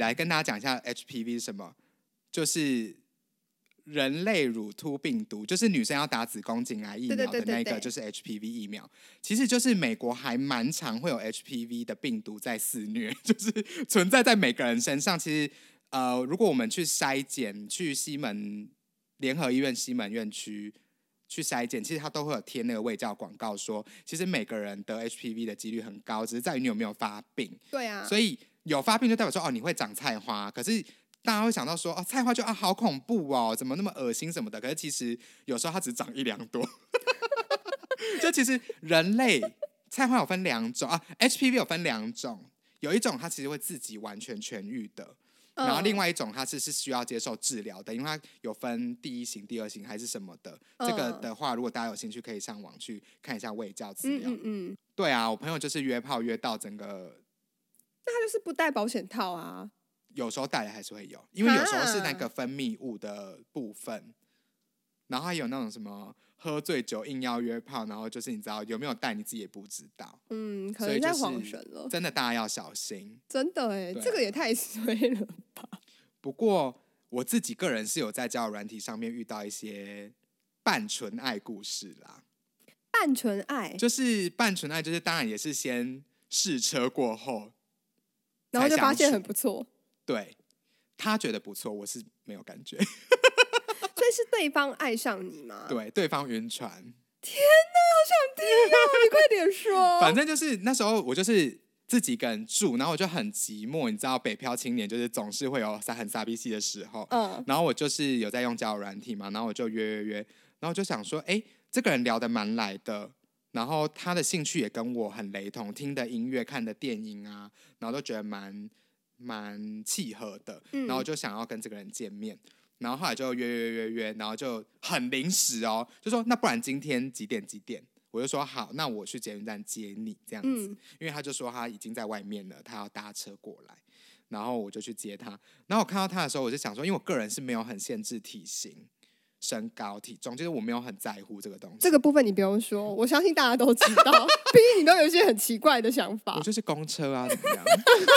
来跟大家讲一下 HPV 是什么，就是人类乳突病毒，就是女生要打子宫颈癌疫苗的那个，就是 HPV 疫苗。其实就是美国还蛮常会有 HPV 的病毒在肆虐，就是存在在每个人身上。其实如果我们去筛检，去西门联合医院西门院区去筛检，其实它都会有贴那个卫教广告说，其实每个人得 HPV 的几率很高，只是在于你有没有发病。 对啊， 所以有发病就代表说你会长菜花，可是大家会想到说菜花就好恐怖哦，怎么那么恶心什么的。可是其实有时候它只长1-2朵，就其实人类菜花有分2种HPV 有分2种，有一种它其实会自己完全痊愈的。然后另外一种它是需要接受治疗的，因为它有分第1型、第2型还是什么的。这个的话，如果大家有兴趣，可以上网去看一下卫教资料。对啊，我朋友就是约炮约到整个， 那他就是不戴保险套啊。 有时候带来还是会有，因为有时候是那个分泌物的部分，然后还有那种什么喝醉酒硬要约炮，然后就是你知道有没有带你自己也不知道。 可能在晃神了， 真的大家要小心。 真的耶，这个也太衰了吧。 不过我自己个人是有在交友软体上面遇到一些半纯爱故事啦。 半纯爱就是半纯爱，就是当然也是先试车过后， 然后就发现很不错。 对，他觉得不错，我是没有感觉。 所以是对方爱上你吗？ 对，对方晕船。 天哪，好想听哦！你快点说。 反正就是那时候我就是自己一个人住，然后我就很寂寞，你知道北漂青年就是总是会有很傻逼气的时候。然后我就是有在用交友软体嘛，然后我就约，然后我就想说，这个人聊得蛮来的，然后他的兴趣也跟我很雷同，听的音乐、看的电影啊，然后都觉得蛮契合的，然后我就想要跟这个人见面，然后后来就约，然后就很临时哦，就说那不然今天几点？我就说好，那我去捷运站接你这样子，因为他就说他已经在外面了，他要搭车过来，然后我就去接他。然后我看到他的时候，我就想说，因为我个人是没有很限制体型、身高、体重，就是我没有很在乎这个东西。 这个部分你不用说，我相信大家都知道，毕竟你都有一些很奇怪的想法。 我就是公车啊，怎么样？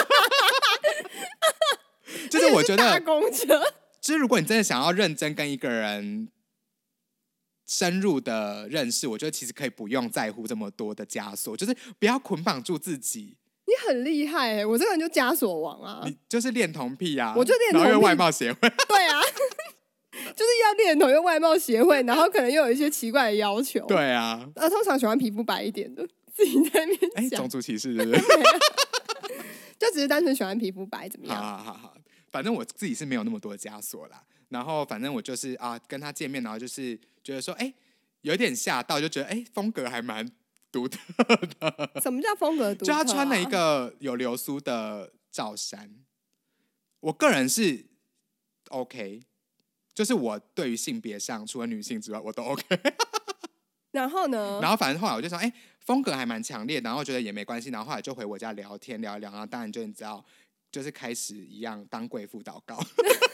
就是我觉得大公车， 就是如果你真的想要认真跟一个人深入的认识，我觉得其实可以不用在乎这么多的枷锁，就是不要捆绑住自己。 你很厉害我这个人就枷锁王啊！ 你就是恋童癖啊， 我就恋童癖， 然后又外貌协会， 对啊，就是要恋童又外貌协会，然后可能又有一些奇怪的要求。 对啊， 通常喜欢皮肤白一点的，自己在那边讲种族歧视是不是？ 就只是单纯喜欢皮肤白，怎么样？ 好，反正我自己是没有那么多的枷锁啦。然后反正我就是跟他见面，然后就是觉得说，有点吓到，就觉得风格还蛮独特的。 什么叫风格独特？ 就他穿了一个有流苏的罩衫，我个人是 OK， 就是我对于性别上除了女性之外我都 OK。 然后呢？ 然后反正后来我就说，风格还蛮强烈，然后觉得也没关系，然后后来就回我家聊天聊一聊，然后当然就你知道，就是开始一样当贵妇祷告，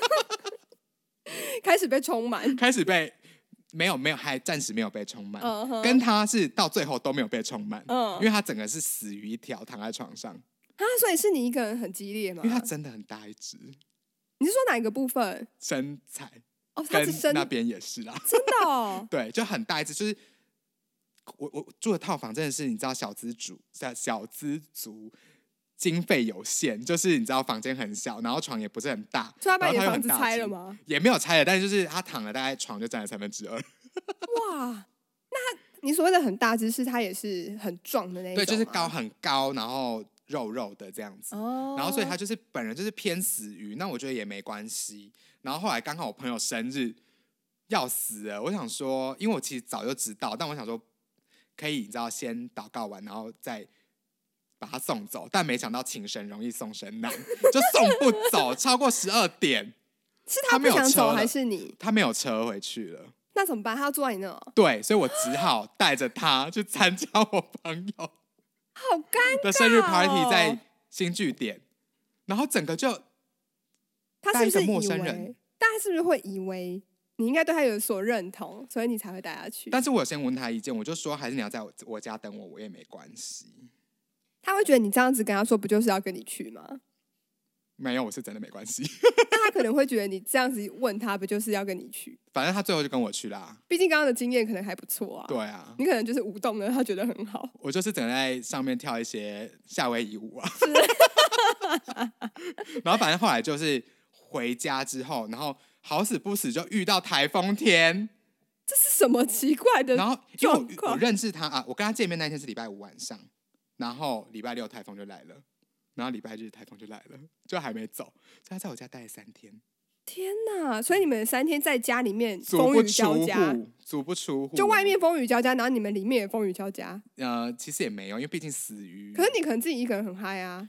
开始被充满， 开始被没有，还暂时没有被充满，跟他是到最后都没有被充满，因为他整个是死鱼一条躺在床上所以是你一个人很激烈吗？ 因为他真的很大一只。 你是说哪一个部分？ 身材他是那边也是啦， 真的哦。 对，就很大一只，就是我住的套房真的是你知道小资族经费有限，就是你知道房间很小，然后床也不是很大， 所以他把你的房子拆了吗？ 也没有拆了，但是就是他躺了大概床就占了2/3。 哇，那你所谓的很大只是他也是很壮的那种？ 对，就是很高，然后肉的这样子，然后所以他就是本人就是偏死鱼，那我觉得也没关系。然后后来刚好我朋友生日要死了，我想说，因为我其实早就知道，但我想说可以你知道先祷告完，然后再把他送走，但没想到情神容易送神难，就送不走，超过12点。 是他不想走还是你？ 他没有车回去了。 那怎么办？他要坐在你那？ 对，所以我只好带着他去参加我朋友好尴尬的生日 party 在新据点，然后整个就他是不是一个陌生人， 大家是不是会以为你应该对他有所认同，所以你才会带他去？ 但是我有先问他意见，我就说还是你要在我家等我，我也没关系。 他会觉得你这样子跟他说，不就是要跟你去吗？ 没有，我是真的没关系。 那他可能会觉得你这样子问他，不就是要跟你去？ 反正他最后就跟我去啦。 毕竟刚刚的经验可能还不错啊。 对啊， 你可能就是舞动的，他觉得很好。 我就是整个在上面跳一些夏威夷舞啊。然后反正后来就是回家之后，然后好死不死就遇到台风天。 这是什么奇怪的状况？ 然后因为我认识他啊，我跟他见面那天是礼拜5晚上，然后礼拜6台风就来了，然后礼拜日台风就来了，就还没走，所以他在我家待了3天。 天哪！所以你们3天在家里面风雨交加， 足不出户， 就外面风雨交加，然后你们里面也风雨交加。 其实也没有，因为毕竟死鱼。 可是你可能自己一个人很嗨啊。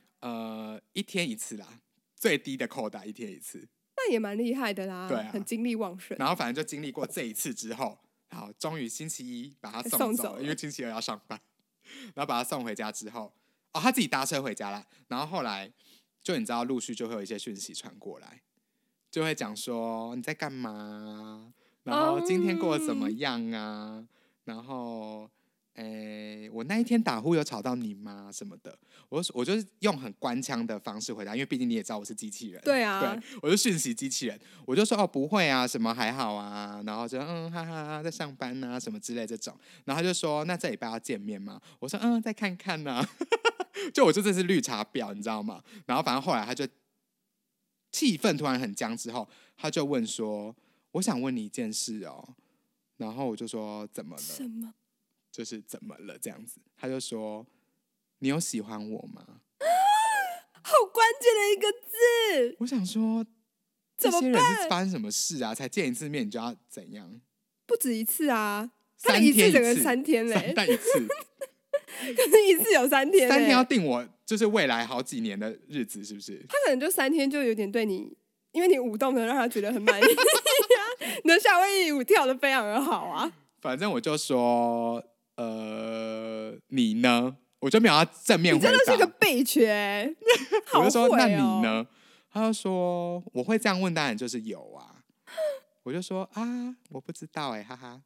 1天1次啦，最低的扣打1天1次。 那也蛮厉害的啦， 对啊， 很精力旺盛。 然后反正就经历过这一次之后，好，终于星期1把他送走了，因为星期2要上班，然后把他送回家之后，他自己搭车回家啦。然后后来就你知道，陆续就会有一些讯息传过来，就会讲说你在干嘛，然后今天过得怎么样啊，然后我那一天打呼有吵到你吗什么的，我就是用很官腔的方式回答，因为毕竟你也知道我是机器人。 对啊， 对，我就讯息机器人，我就说不会啊，什么还好啊，然后就哈哈哈在上班啊什么之类这种，然后他就说那这礼拜要见面吗？我说再看看啊。就我就这是绿茶婊，你知道吗？然后反正后来他就气氛突然很僵之后，他就问说我想问你一件事哦，然后我就说怎么了？ 什么？ 就是怎么了这样子？他就说你有喜欢我吗？ 好关键的一个字。 我想说这些人是发生什么事啊？才见一次面你就要怎样？ 不止一次啊， 他一次整个3天嘞， 但一次， 可是一次有3天 ，3天要定我就是未来好几年的日子，是不是？ 他可能就3天就有点对你，因为你舞动的让他觉得很满意你的夏威夷舞跳得非常的好啊。 反正我就说你呢？我就没有要正面回答， 你真的是个备缺。 我就说那你呢？他就说我会这样问，当然就是有啊。我就说我不知道哈哈。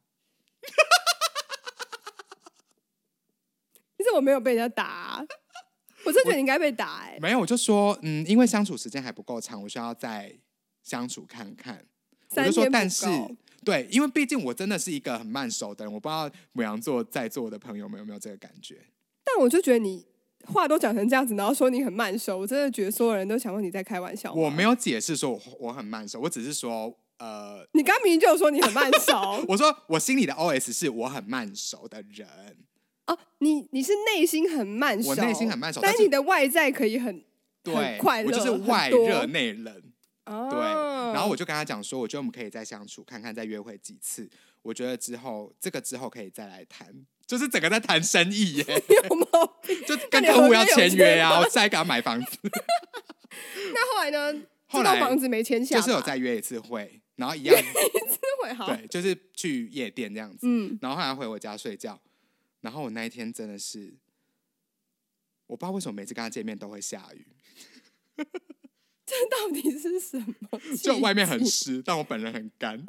你怎么没有被人家打我真的觉得你应该被打没有，我就说因为相处时间还不够长，我需要再相处看看。我就说但是对，因为毕竟我真的是一个很慢熟的人，我不知道牡羊座在座的朋友们有没有这个感觉。 但我就觉得你话都讲成这样子，然后说你很慢熟，我真的觉得所有人都想问你在开玩笑吗？ 我没有解释说我很慢熟，我只是说你刚明明就有说你很慢熟我说我心里的 OS 是我很慢熟的人。 你是内心很慢熟， 我内心很慢熟， 但是你的外在可以很快乐， 我就是外热内冷。对，然后我就跟他讲说，我觉得我们可以再相处看看，再约会几次。我觉得之后可以再来谈，就是整个在谈生意耶， 有毛病， 就跟客户要签约啊，我再给他买房子。 那后来呢？ 后来这栋房子没签下， 就是有再约一次会，然后一样一次会好， 对，就是去夜店这样子。然后后来回我家睡觉，然后我那一天真的是，我不知道为什么每次跟他见面都会下雨。 这到底是什么？ 就外面很湿，但我本人很干。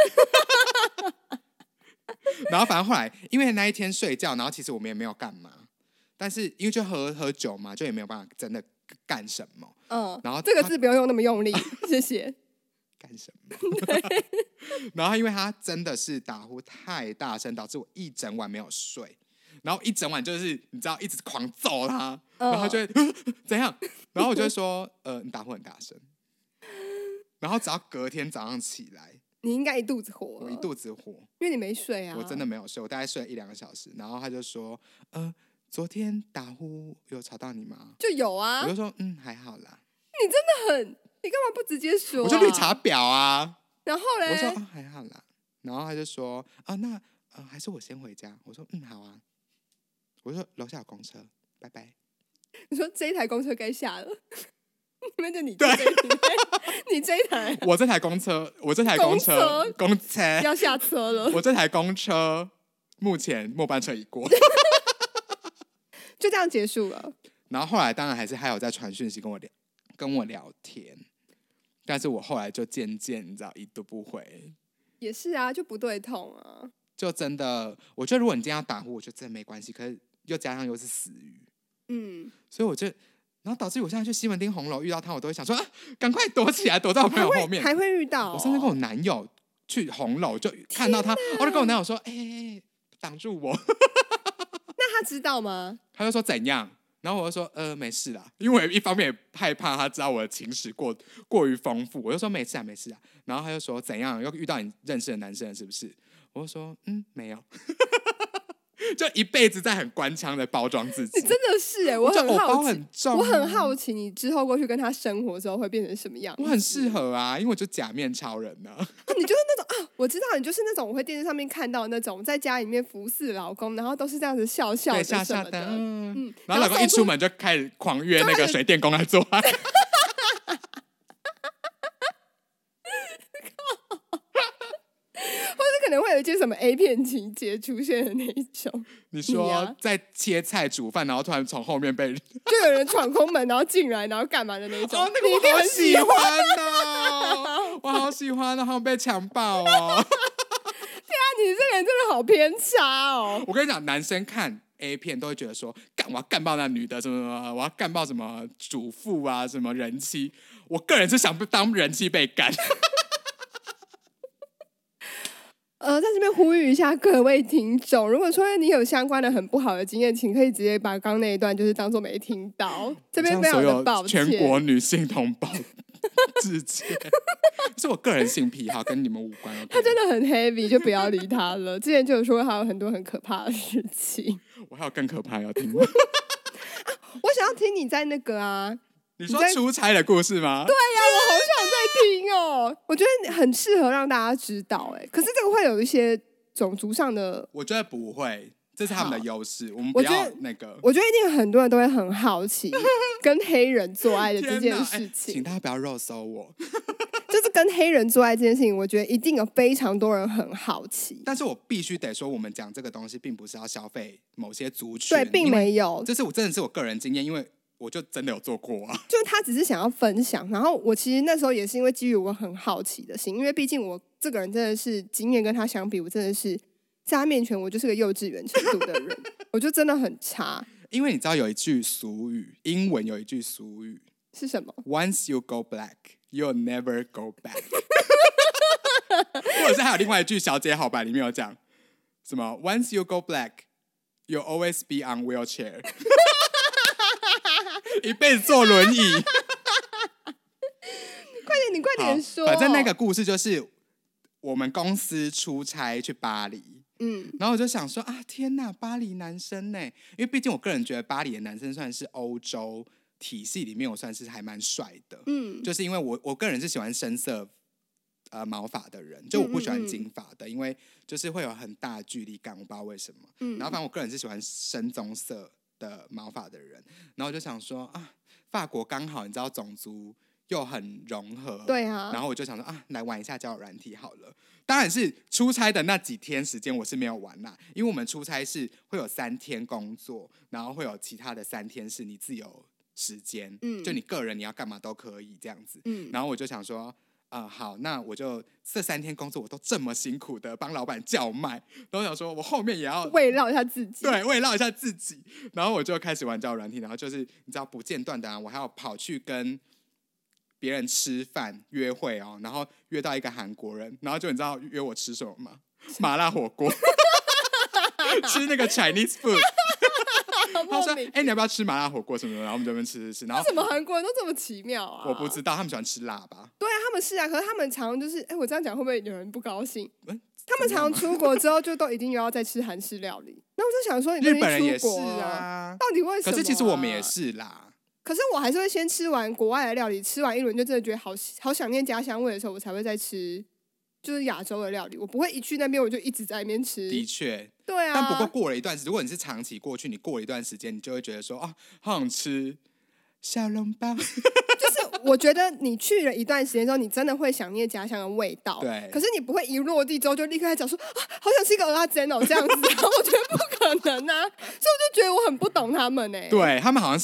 然后反正后来，因为那一天睡觉，然后其实我们也没有干嘛，但是因为就喝酒嘛，就也没有办法真的干什么。然后这个字不用用那么用力，谢谢。 干什么？然后因为他真的是打呼太大声，导致我一整晚没有睡。然后一整晚就是你知道一直狂揍他，然后他就会怎样？然后我就会说你打呼很大声。然后只要隔天早上起来， 你应该一肚子火。 我一肚子火， 因为你没睡啊。 我真的没有睡，我大概睡了1-2个小时。然后他就说昨天打呼有吵到你吗？ 就有啊。 我就说还好啦。 你真的很，你干嘛不直接说？ 我就绿茶婊啊。 然后嘞， 我说还好啦。然后他就说那还是我先回家。我说好啊。我说楼下有公车，拜拜。 你说这一台公车该下了，你们就你这一台，你这一台， 我这台公车要下车了。 我这台公车目前末班车已过， 就这样结束了。 然后后来当然还有在传讯息跟我聊天，但是我后来就渐渐你知道已读不回。 也是啊，就不对痛啊。 就真的，我觉得如果你今天要打呼，我觉得真的没关系。可是又加上又是死鱼，所以我就然后导致我现在去西门町红楼遇到他，我都会想说赶快躲起来，躲在我朋友后面。 还会遇到我甚至跟我男友去红楼就看到他，我就跟我男友说挡住我。 那他知道吗？ 他就说怎样，然后我就说没事啦，因为我一方面也害怕他知道我的情史过于丰富，我就说没事啊没事啊。然后他就说怎样，又遇到你认识的男生了是不是？我就说没有。就一辈子在很官腔的包装自己。 你真的是我很好奇， 我很好奇你之后过去跟他生活之后会变成什么样子。 我很适合啊，因为我就假面超人啊。 你就是那种我知道你就是那种我会电视上面看到那种在家里面服侍老公，然后都是这样子笑笑的什么的， 然后老公一出门就开始狂约那个水电工来做爱。 可能会有一些什么 A 片情节出现的那一种。 你说在切菜煮饭，然后突然从后面被就有人闯空门，然后进来，然后干嘛的那一种。 那个我好喜欢哦，我好喜欢，然后被强暴哦。 对啊，你这个人真的好偏差哦。 我跟你讲，男生看 A 片都会觉得说，我要干爆那女的，什么我要干爆什么主妇啊，什么人妻。我个人是想当人妻被干。 在这边呼吁一下各位听众，如果说你有相关的很不好的经验，请可以直接把刚刚那一段就是当作没听到。这边非常的抱歉， 全国女性同胞致歉。是我个人性癖好，跟你们无关。 他真的很 heavy， 就不要理他了。之前就有说他有很多很可怕的事情。 我还有更可怕要听吗？ 我想要听你在那个你说出差的故事吗？ 对呀，我好想再听哦。我觉得很适合让大家知道可是这个会有一些种族上的， 我觉得不会，这是他们的优势。我们不要那个， 我觉得一定很多人都会很好奇跟黑人做爱的这件事情。 请大家不要肉搜我。 就是跟黑人做爱这件事情，我觉得一定有非常多人很好奇。 但是我必须得说，我们讲这个东西并不是要消费某些族群， 对，并没有。 这是真的是我个人经验，因为我就真的有做过啊。 就是他只是想要分享，然后我其实那时候也是因为基于我很好奇的心，因为毕竟我这个人真的是经验跟他相比，我真的是在他面前我就是个幼稚园程度的人，我就真的很差。 因为你知道有一句俗语，英文有一句俗语是什么 ？Once you go black, you'll never go back。或者是还有另外一句小姐好白里面有讲什么 ？Once you go black, you'll always be on wheelchair。一辈子坐轮椅。 你快点说。 反正那个故事就是我们公司出差去巴黎，然后我就想说天哪，巴黎男生呢？因为毕竟我个人觉得巴黎的男生算是欧洲体系里面我算是还蛮帅的，就是因为我个人是喜欢深色毛发的人，就我不喜欢金发的，因为就是会有很大的距离感，我不知道为什么。然后反正我个人是喜欢深棕色的毛发的人，然后我就想说法国刚好你知道种族又很融合， 对啊， 然后我就想说来玩一下交友软体好了。当然是出差的那几天时间我是没有玩啦，因为我们出差是会有3天工作，然后会有其他的3天是你自由时间，就你个人你要干嘛都可以这样子。然后我就想说好，那我就这3天工作我都这么辛苦的帮老板叫卖，然后想说我后面也要慰劳一下自己， 对，慰劳一下自己。然后我就开始玩交友软体，然后就是你知道不间断的我还要跑去跟别人吃饭约会然后约到一个韩国人，然后就你知道约我吃什么吗？麻辣火锅。吃那个 Chinese food。他说你要不要吃麻辣火锅什么的，然后我们就在那边吃。然后为什么韩国人都这么奇妙啊？ 我不知道，他们喜欢吃辣吧？ 对啊，他们是啊，可是他们常就是我这样讲会不会有人不高兴？他们常出国之后就都一定又要再吃韩式料理。那我就想说，你日本人也是啊， 到底为什么？ 可是其实我们也是啦。 可是我还是会先吃完国外的料理，吃完一轮就真的觉得好想念家乡味的时候，我才会再吃就是亚洲的料理。我不会一去那边我就一直在那边吃。 的确， 对啊。 但不过过了一段时间，如果你是长期过去，你过了一段时间，你就会觉得说好想吃小笼包。 就是我觉得你去了一段时间之后，你真的会想念家乡的味道。 对。 可是你不会一落地之后就立刻在讲说好想吃一个蚵仔煎这样子。然后我觉得不可能啊，所以我就觉得我很不懂他们对，他们好像是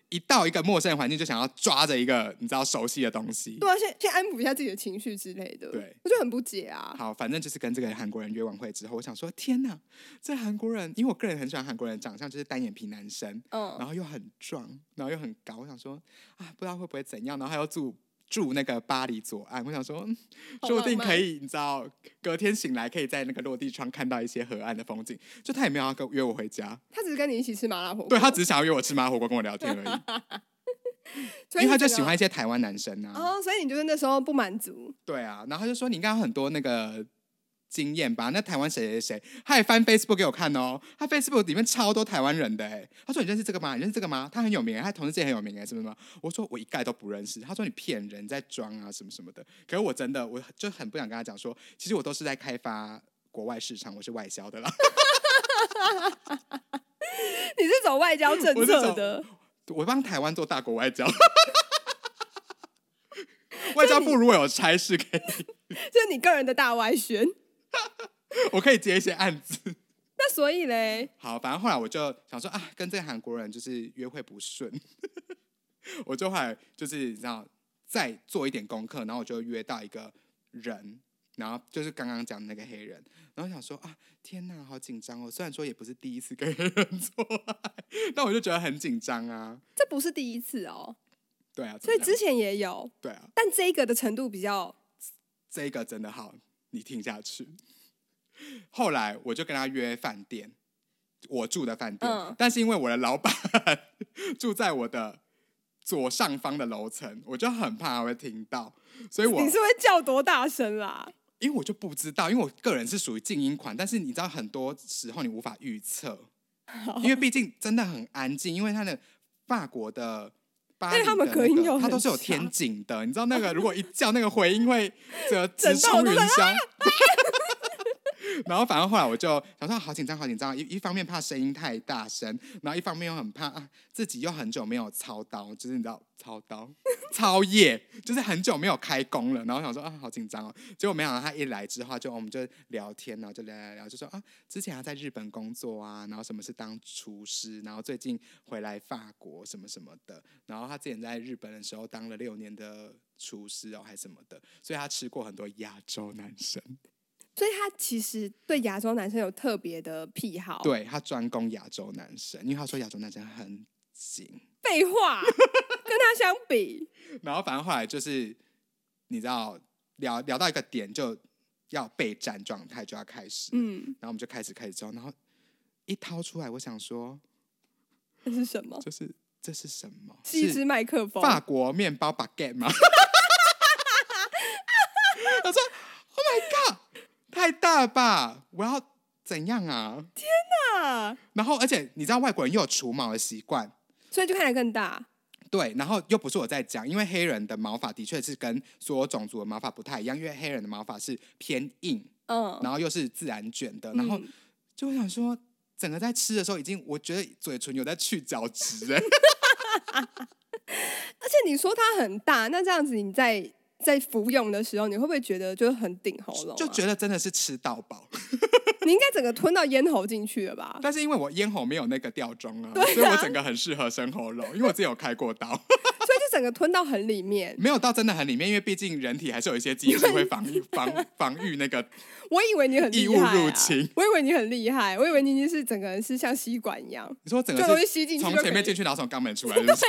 一到一个陌生的环境就想要抓着一个你知道熟悉的东西。 对啊，先安抚一下自己的情绪之类的。 对， 我就很不解啊。 好，反正就是跟这个韩国人约完会之后，我想说天哪，这韩国人，因为我个人很喜欢韩国人的长相，就是单眼皮男生，然后又很壮，然后又很高，我想说啊，不知道会不会怎样，然后还要住那个巴黎左岸，我想说，说不定可以，你知道，隔天醒来可以在那个落地窗看到一些河岸的风景。就他也没有要约我回家， 他只是跟你一起吃麻辣火锅。 对，他只是想要约我吃麻辣火锅，跟我聊天而已。因为他就喜欢一些台湾男生啊。 哦，所以你就是那时候不满足。 对啊，然后他就说你应该有很多那个经验吧？那台湾谁，他也翻 Facebook 给我看哦，他 Facebook 里面超多台湾人的哎。他说你认识这个吗？你认识这个吗？他很有名，他同事界很有名哎，什么什么？我说我一概都不认识。他说你骗人，在装啊什么什么的。可是我真的，我就很不想跟他讲说，其实我都是在开发国外市场，我是外销的啦。 你是走外交政策的， 我帮台湾做大国外交。外交部如果有差事可以， 这是你个人的大外宣。 我可以接一些案子。 那所以嘞， 好，反正后来我就想说啊，跟这个韩国人就是约会不顺，我就后来就是你知道再做一点功课，然后我就约到一个人，然后就是刚刚讲的那个黑人，然后想说啊，天哪，好紧张哦！虽然说也不是第一次跟黑人做爱，但我就觉得很紧张啊。 这不是第一次哦。 对啊， 所以之前也有。 对啊， 但这个的程度比较， 这个真的好，你听下去。后来我就跟他约饭店，我住的饭店，但是因为我的老板住在我的左上方的楼层，我就很怕他会听到，所以你是会叫多大声啦？ 因为我就不知道，因为我个人是属于静音款，但是你知道很多时候你无法预测，因为毕竟真的很安静，因为他的法国的。但是他们隔音又很它都是有天井的，你知道那个如果一叫那个回音会直冲云霄。然后反正后来我就想说好紧张好紧张，一方面怕声音太大声，然后一方面又很怕自己又很久没有操刀，就是你知道操业，就是很久没有开工了，然后想说好紧张哦。结果没想到他一来之后我们就聊天，然后就聊就说之前他在日本工作啊，然后什么是当厨师，然后最近回来法国什么什么的，然后他之前在日本的时候当了6年的厨师还什么的，所以他吃过很多亚洲男生。 所以他其实对亚洲男生有特别的癖好。 对，他专攻亚洲男生，因为他说亚洲男生很紧。 废话，跟他相比。 然后反正后来就是你知道聊到一个点就要备战状态就要开始，然后我们就开始之后，然后一掏出来，我想说这是什么？ 就是这是什么？ 是一支麦克风？ 法国面包 baguette 吗？我说 Oh my god！太大了吧！我要怎样啊？ 天哪！ 然后，而且你知道外国人又有除毛的习惯， 所以就看起来更大。 对，然后又不是我在讲，因为黑人的毛发的确是跟所有种族的毛发不太一样，因为黑人的毛发是偏硬，然后又是自然卷的，然后就我想说，整个在吃的时候，已经我觉得嘴唇有在去角质而且你说它很大，那这样子你在服用的时候，你会不会觉得就是很顶喉咙？ 就觉得真的是吃到饱。 你应该整个吞到咽喉进去了吧？ 但是因为我咽喉没有那个吊装啊，所以我整个很适合生喉咙，因为我自己有开过刀，所以就整个吞到很里面。 没有到真的很里面，因为毕竟人体还是有一些机制会防御那个。 我以为你很厉害、 异物入侵， 我以为你很厉害，我以为你是整个人是像吸管一样。 你说整个是吸进去，从前面进去，然后从肛门出来，是不是？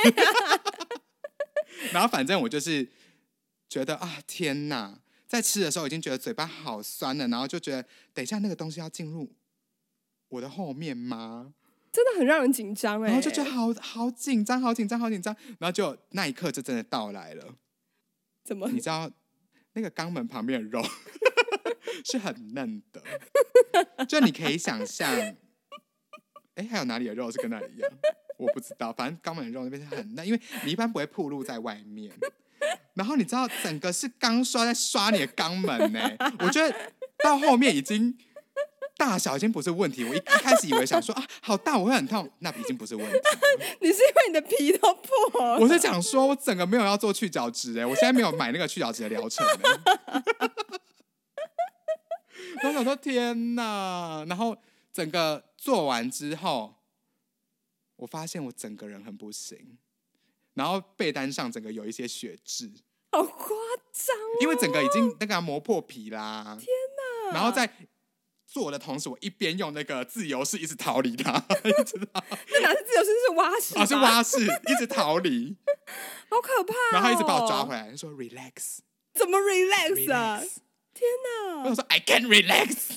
然后反正我就是觉得天哪，在吃的时候已经觉得嘴巴好酸了，然后就觉得等一下那个东西要进入我的后面吗？ 真的很让人紧张然后就觉得好紧张，好紧张，好紧张。然后就那一刻就真的到来了。 怎么？ 你知道那个肛门旁边的肉是很嫩的，就你可以想象，还有哪里的肉是跟那里一样？我不知道，反正肛门的肉那边是很嫩，因为你一般不会暴露在外面。然后你知道，整个是钢刷在刷你的肛門呢。我觉得到后面已经大小已经不是问题。我一开始以为想说好大我会很痛，那已经不是问题。 你是因为你的皮都破了？ 我是讲说，我整个没有要做去角质我现在没有买那个去角质的疗程我想说天哪！然后整个做完之后，我发现我整个人很不行。 然后被单上整个有一些血痣， 好夸张哦！ 因为整个已经那个磨破皮啦。 天哪！ 然后在做的同时，我一边用那个自由式一直逃离它，你知道？ 那哪是自由式，是蛙式吧？ 是蛙式，一直逃离， 好可怕哦！ 然后他一直把我抓回来，说 relax， 怎么 relax 啊？天哪！ 我说 I can't relax。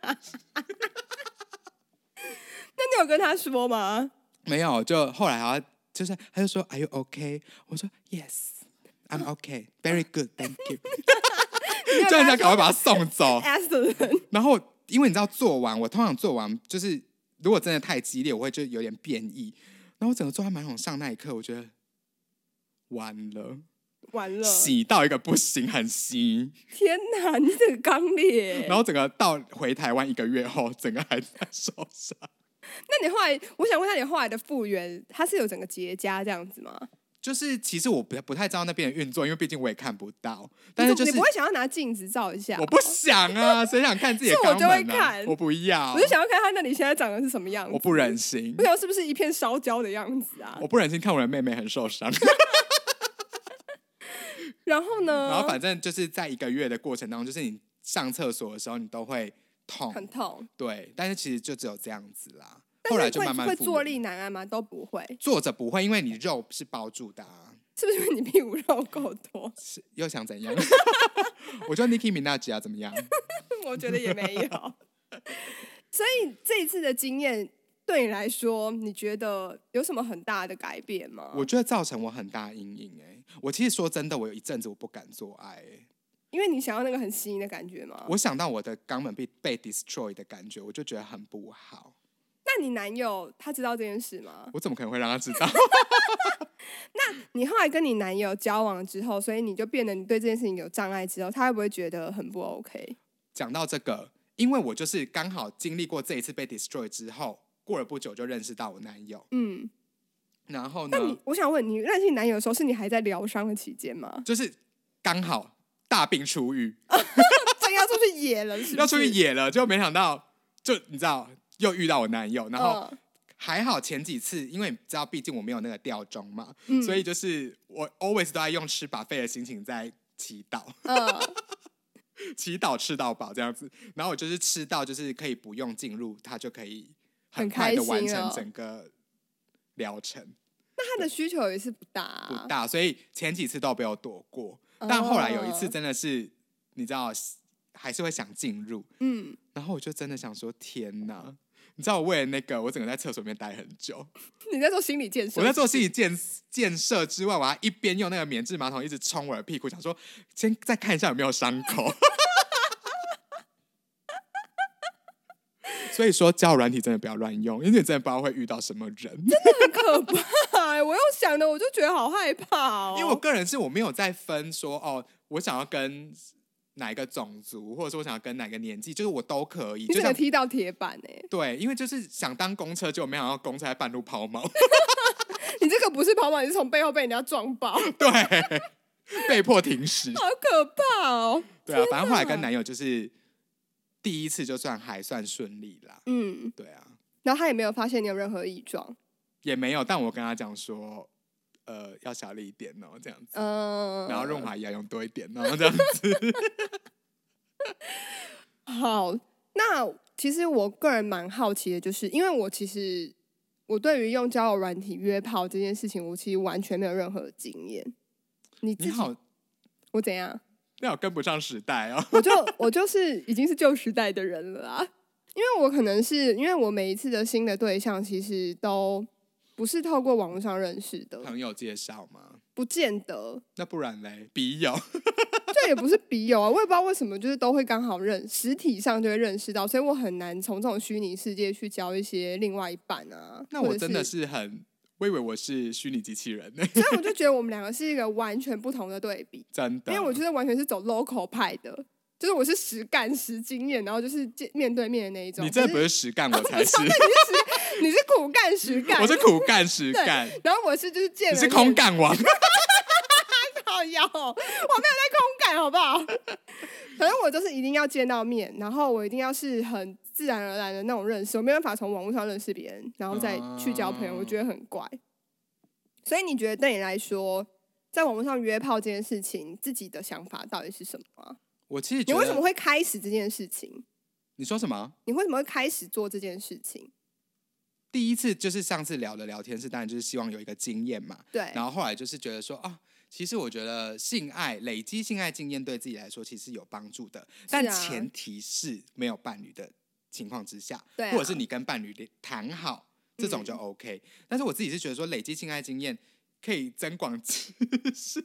那你有跟他说吗？ 没有，就后来他就说 Are you okay？ 我说 Yes。I'm okay, very good, thank you 。就很想赶快把他送走。然后因为你知道我通常做完就是如果真的太激烈，我会就有点变异。然后我整个坐在马桶上那一刻，我觉得完了，洗到一个不行，很稀。 天哪，你这个刚烈。 然后整个到回台湾1个月后，整个还在受伤。 那你后来，我想问一下，你后来的复原，它是有整个结痂这样子吗？ 就是其实我不太知道那边的运作，因为毕竟我也看不到。但是就是你不会想要拿镜子照一下？ 我不想啊，谁想看自己的肛门啊？ 我就会看， 我不要。 我就想要看他那里现在长得是什么样子。 我不忍心。 不知道是不是一片烧焦的样子啊？ 我不忍心看我的妹妹很受伤。 然后呢？ 然后反正就是在1个月的过程当中，就是你上厕所的时候，你都会痛， 很痛。 对，但是其实就只有这样子啦。后来就慢慢会坐立难安吗？都不会。 坐着不会，因为你肉是包住的啊。 是不是因为你屁股肉够多？ 又想怎样？我说 Nicki Minaj 啊，怎么样？ 我觉得也没有。所以这一次的经验对你来说，你觉得有什么很大的改变吗？ 我觉得造成我很大阴影我其实说真的，我有一阵子我不敢做爱因为你想要那个很吸引的感觉吗？ 我想到我的肛门被 destroy 的感觉，我就觉得很不好。 那你男友他知道这件事吗？ 我怎么可能会让他知道？ 那你后来跟你男友交往之后，所以你就变得你对这件事情有障碍之后，他会不会觉得很不 OK？ 讲到这个，因为我就是刚好经历过这一次被 destroy 之后，过了不久就认识到我男友。然后呢？ 那我想问你，认识你男友的时候，是你还在疗伤的期间吗？ 就是刚好大病初愈， 真要出去野了，是不是？ 要出去野了，就没想到，就你知道。又遇到我男友，然后还好前几次，因为你知道，毕竟我没有那个吊钟嘛，所以就是我 always 都在用吃buffet的心情在祈祷，祈祷吃到饱这样子。然后我就是吃到，就是可以不用进入，他就可以很快的完成整个疗程。 那他的需求也是不大不大，所以前几次都被我躲过，但后来有一次真的是，你知道，还是会想进入，然后我就真的想说，天哪！你知道我为了那个，我整个在厕所里面待很久。 你在做心理建设？ 我在做心理建设之外，我还一边用那个免治马桶一直冲我的屁股，想说先再看一下有没有伤口。所以说交友软体真的不要乱用，因为你真的不知道会遇到什么人，真的很可怕。我用想的我就觉得好害怕因为我个人是我没有在分说我想要跟哪一个种族，或者说我想要跟哪个年纪，就是我都可以。 你整个踢到铁板对，因为就是想当公车，结果没想到公车在半路抛锚。 你这个不是抛锚，你是从背后被人家撞爆。 对，被迫停驶， 好可怕对啊，反正后来跟男友就是第一次就还算顺利啦。对啊。 然后他也没有发现你有任何异状？ 也没有，但我跟他讲说。要小力一点这样子，然后润滑液要用多一点这样子。 好，那其实我个人蛮好奇的，就是因为我对于用交友软体约炮这件事情，我其实完全没有任何的经验。你好，我怎样？ 那我跟不上时代我就是已经是旧时代的人了啦。因为我可能是因为我每一次的新的对象，其实都不是透过网络上认识的。 朋友介绍吗？ 不见得。 那不然嘞？笔友？ 这也不是笔友啊，我也不知道为什么，就是都会刚好实体上就会认识到，所以我很难从这种虚拟世界去交一些另外一半啊。 那我真的是我以为我是虚拟机器人所以我就觉得我们两个是一个完全不同的对比。 真的。 因为我觉得完全是走 local 派的。就是我是实干实经验，然后就是面对面的那一种。 你真的不是实干，我才是。 你是苦干实干， 我是苦干实干。 然后我是就是见人面。 你是空干王。 好妖，我没有在空干，好不好？反正我就是一定要见到面，然后我一定要是很自然而然的那种认识，我没办法从网络上认识别人，然后再去交朋友，我觉得很怪。 所以你觉得对你来说，在网络上约炮这件事情，自己的想法到底是什么啊？ 我其实觉得你为什么会开始这件事情？ 你说什么？ 你为什么会开始做这件事情？ 第一次就是上次聊的聊天室，当然就是希望有一个经验嘛。 对。 然后后来就是觉得说啊，其实我觉得累积性爱经验对自己来说其实有帮助的，但前提是没有伴侣的情况之下，或者是你跟伴侣谈好，这种就 OK。但是我自己是觉得说，累积性爱经验可以增广知识，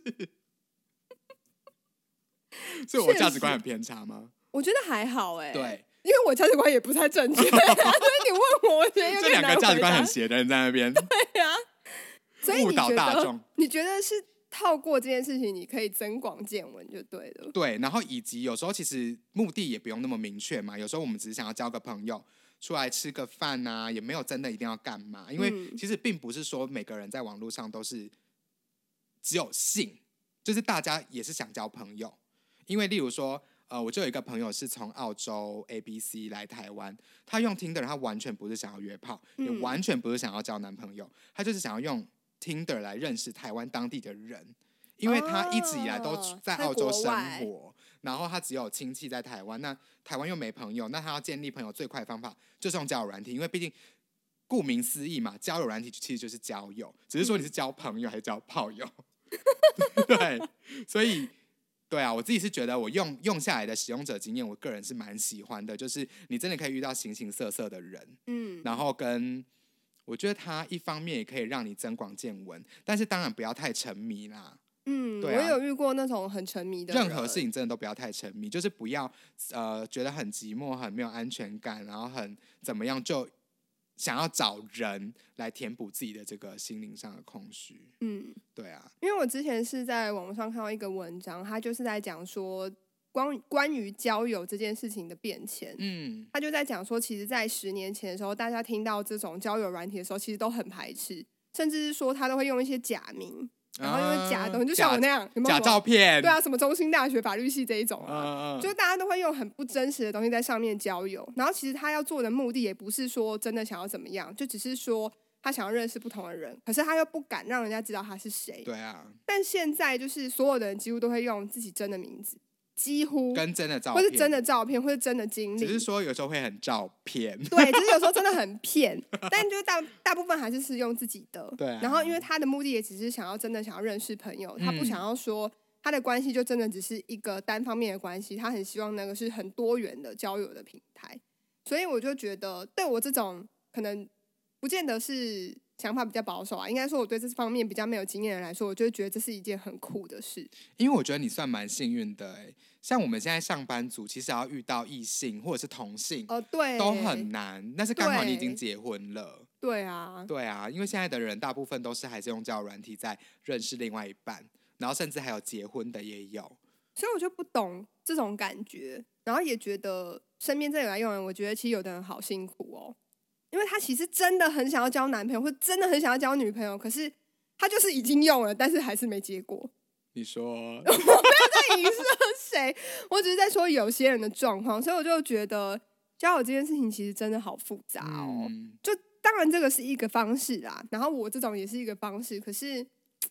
所以我价值观很偏差吗？ 我觉得还好哎。 对。 因为我价值观也不太正确，所以你问我，我觉得有点难回答。 这两个价值观很邪的人在那边， 对呀、所以误导大众。 你觉得是透过这件事情，你可以增广见闻就对了。 对，然后以及有时候其实目的也不用那么明确嘛，有时候我们只是想要交个朋友，出来吃个饭啊，也没有真的一定要干嘛。因为其实并不是说每个人在网络上都是只有性，就是大家也是想交朋友。因为例如说。我就有一个朋友是从澳洲 ABC 来台湾，他用 Tinder， 他完全不是想要约炮，也完全不是想要交男朋友，他就是想要用 Tinder 来认识台湾当地的人，因为他一直以来都在澳洲生活，然后他只有亲戚在台湾，那台湾又没朋友，那他要建立朋友最快的方法就是用交友软体，因为毕竟顾名思义嘛，交友软体其实就是交友，只是说你是交朋友还是交炮友，对，所以。对啊，我自己是觉得我用下来的使用者经验，我个人是蛮喜欢的，就是你真的可以遇到形形色色的人，然后我觉得它一方面也可以让你增广见闻，但是当然不要太沉迷啦。对啊， 我有遇过那种很沉迷的人， 任何事情真的都不要太沉迷，就是不要觉得很寂寞、很没有安全感，然后很怎么样就想要找人来填补自己的这个心灵上的空虚。对啊， 因为我之前是在网络上看到一个文章，他就是在讲说关于交友这件事情的变迁。他就在讲说，其实在10年前的时候，大家听到这种交友软体的时候，其实都很排斥，甚至是说他都会用一些假名，然后因为假的东西，就像我那样，有没有假照片？ 对啊，什么中兴大学法律系这一种啊，就大家都会用很不真实的东西在上面交友。然后其实他要做的目的也不是说真的想要怎么样，就只是说他想要认识不同的人，可是他又不敢让人家知道他是谁。 对啊。 但现在就是所有的人几乎都会用自己真的名字，几乎跟真的照片， 或是真的照片，或是真的经历， 只是说有时候会很照骗， 对，只是有时候真的很骗，但就是大部分还是用自己的。 对、啊。 然后因为他的目的也只是想要认识朋友，他不想要说他的关系就真的只是一个单方面的关系，他很希望那个是很多元的交友的平台。所以我就觉得，对我这种可能不见得是想法比较保守啊，应该说我对这方面比较没有经验的人来说，我就会觉得这是一件很酷的事。 因为我觉得你算蛮幸运的像我们现在上班族，其实要遇到异性或者是同性， 对， 都很难。但是刚好你已经结婚了， 对啊， 对啊，因为现在的人大部分都是还是用交友软体在认识另外一半，然后甚至还有结婚的也有， 所以我就不懂这种感觉，然后也觉得身边这有来用人，我觉得其实有的人好辛苦哦。因为他其实真的很想要交男朋友，或真的很想要交女朋友，可是他就是已经用了，但是还是没结果。 你说我没有在影射谁，我只是在说有些人的状况，所以我就觉得交友这件事情其实真的好复杂哦。就当然这个是一个方式啦，然后我这种也是一个方式，可是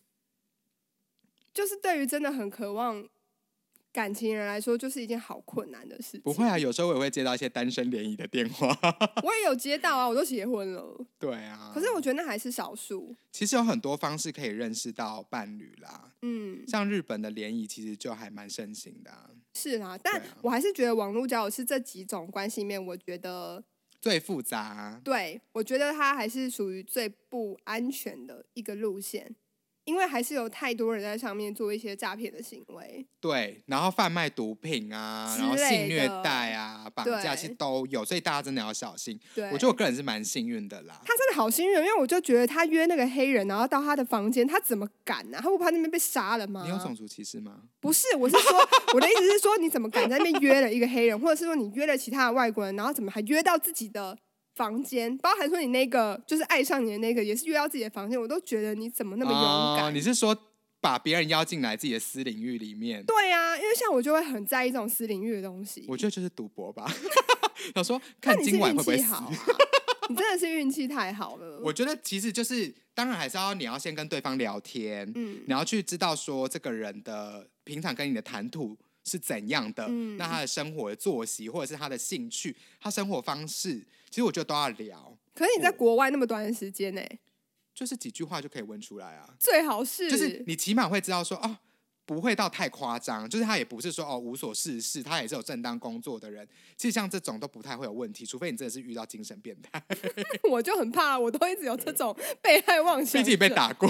就是对于真的很渴望感情人来说，就是一件好困难的事情。 不会啊，有时候我也会接到一些单身联谊的电话。 我也有接到啊，我都结婚了。 对啊， 可是我觉得那还是少数。 其实有很多方式可以认识到伴侣啦。像日本的联谊其实就还蛮盛行的啊。 是啦，但我还是觉得网络交友是这几种关系里面，我觉得最复杂。 对，我觉得它还是属于最不安全的一个路线。因为还是有太多人在上面做一些诈骗的行为， 对，然后贩卖毒品啊，然后性虐待啊，绑架其实都有，所以大家真的要小心。我觉得我个人是蛮幸运的啦。 他真的好幸运，因为我就觉得他约那个黑人，然后到他的房间，他怎么敢啊？他不怕那边被杀了吗？ 你有种族歧视吗？ 不是，我是说，我的意思是说，你怎么敢在那边约了一个黑人，或者是说你约了其他的外国人，然后怎么还约到自己的房间，包含说你那个就是爱上你的那个也是约到自己的房间，我都觉得你怎么那么勇敢？ 你是说把别人邀进来自己的私领域里面？ 对啊，因为像我就会很在意这种私领域的东西。 我觉得就是赌博吧。想说看今晚会不会死。 你真的是运气太好了。 我觉得其实就是当然还是你要先跟对方聊天，你要去知道说这个人的平常跟你的谈吐是怎样的，那他的生活的作息或者是他的兴趣他生活方式，其实我觉得都要聊。 可是你在国外那么短的时间就是几句话就可以问出来啊。 最好是就是你起码会知道说不会到太夸张，就是他也不是说无所事事，他也是有正当工作的人。其实像这种都不太会有问题，除非你真的是遇到精神变态。 我就很怕，我都一直有这种被害妄想。 毕竟被打过。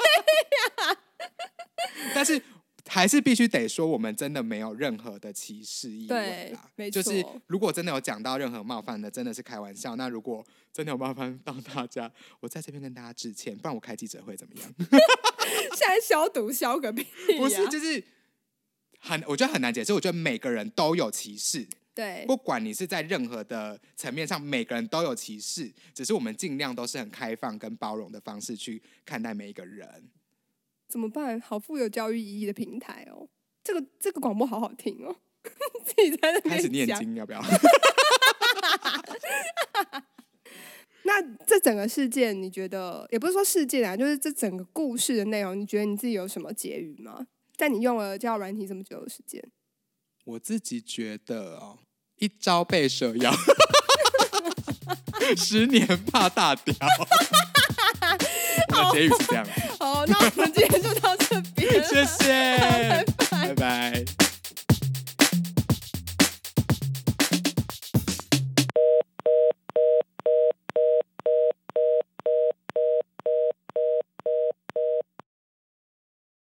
但是还是必须得说，我们真的没有任何的歧视意味啦。 没错。 就是如果真的有讲到任何冒犯的，真的是开玩笑。那如果真的有冒犯到大家，我在这边跟大家致歉，不然我开记者会怎么样？ 现在消毒消个屁不是，就是我觉得很难解释。我觉得每个人都有歧视， 对， 不管你是在任何的层面上，每个人都有歧视，只是我们尽量都是很开放跟包容的方式去看待每一个人。 怎么办？好富有教育意义的平台哦！这个广播好好听哦，自己在那边开始念经要不要？ 那这整个事件，你觉得也不是说事件啊，就是这整个故事的内容，你觉得你自己有什么结语吗？在你用了交友软体这么久的时间， 我自己觉得一朝被蛇咬，10年怕大屌。我的结语是这样。 好，那我们今天就到这边， 谢谢，拜拜。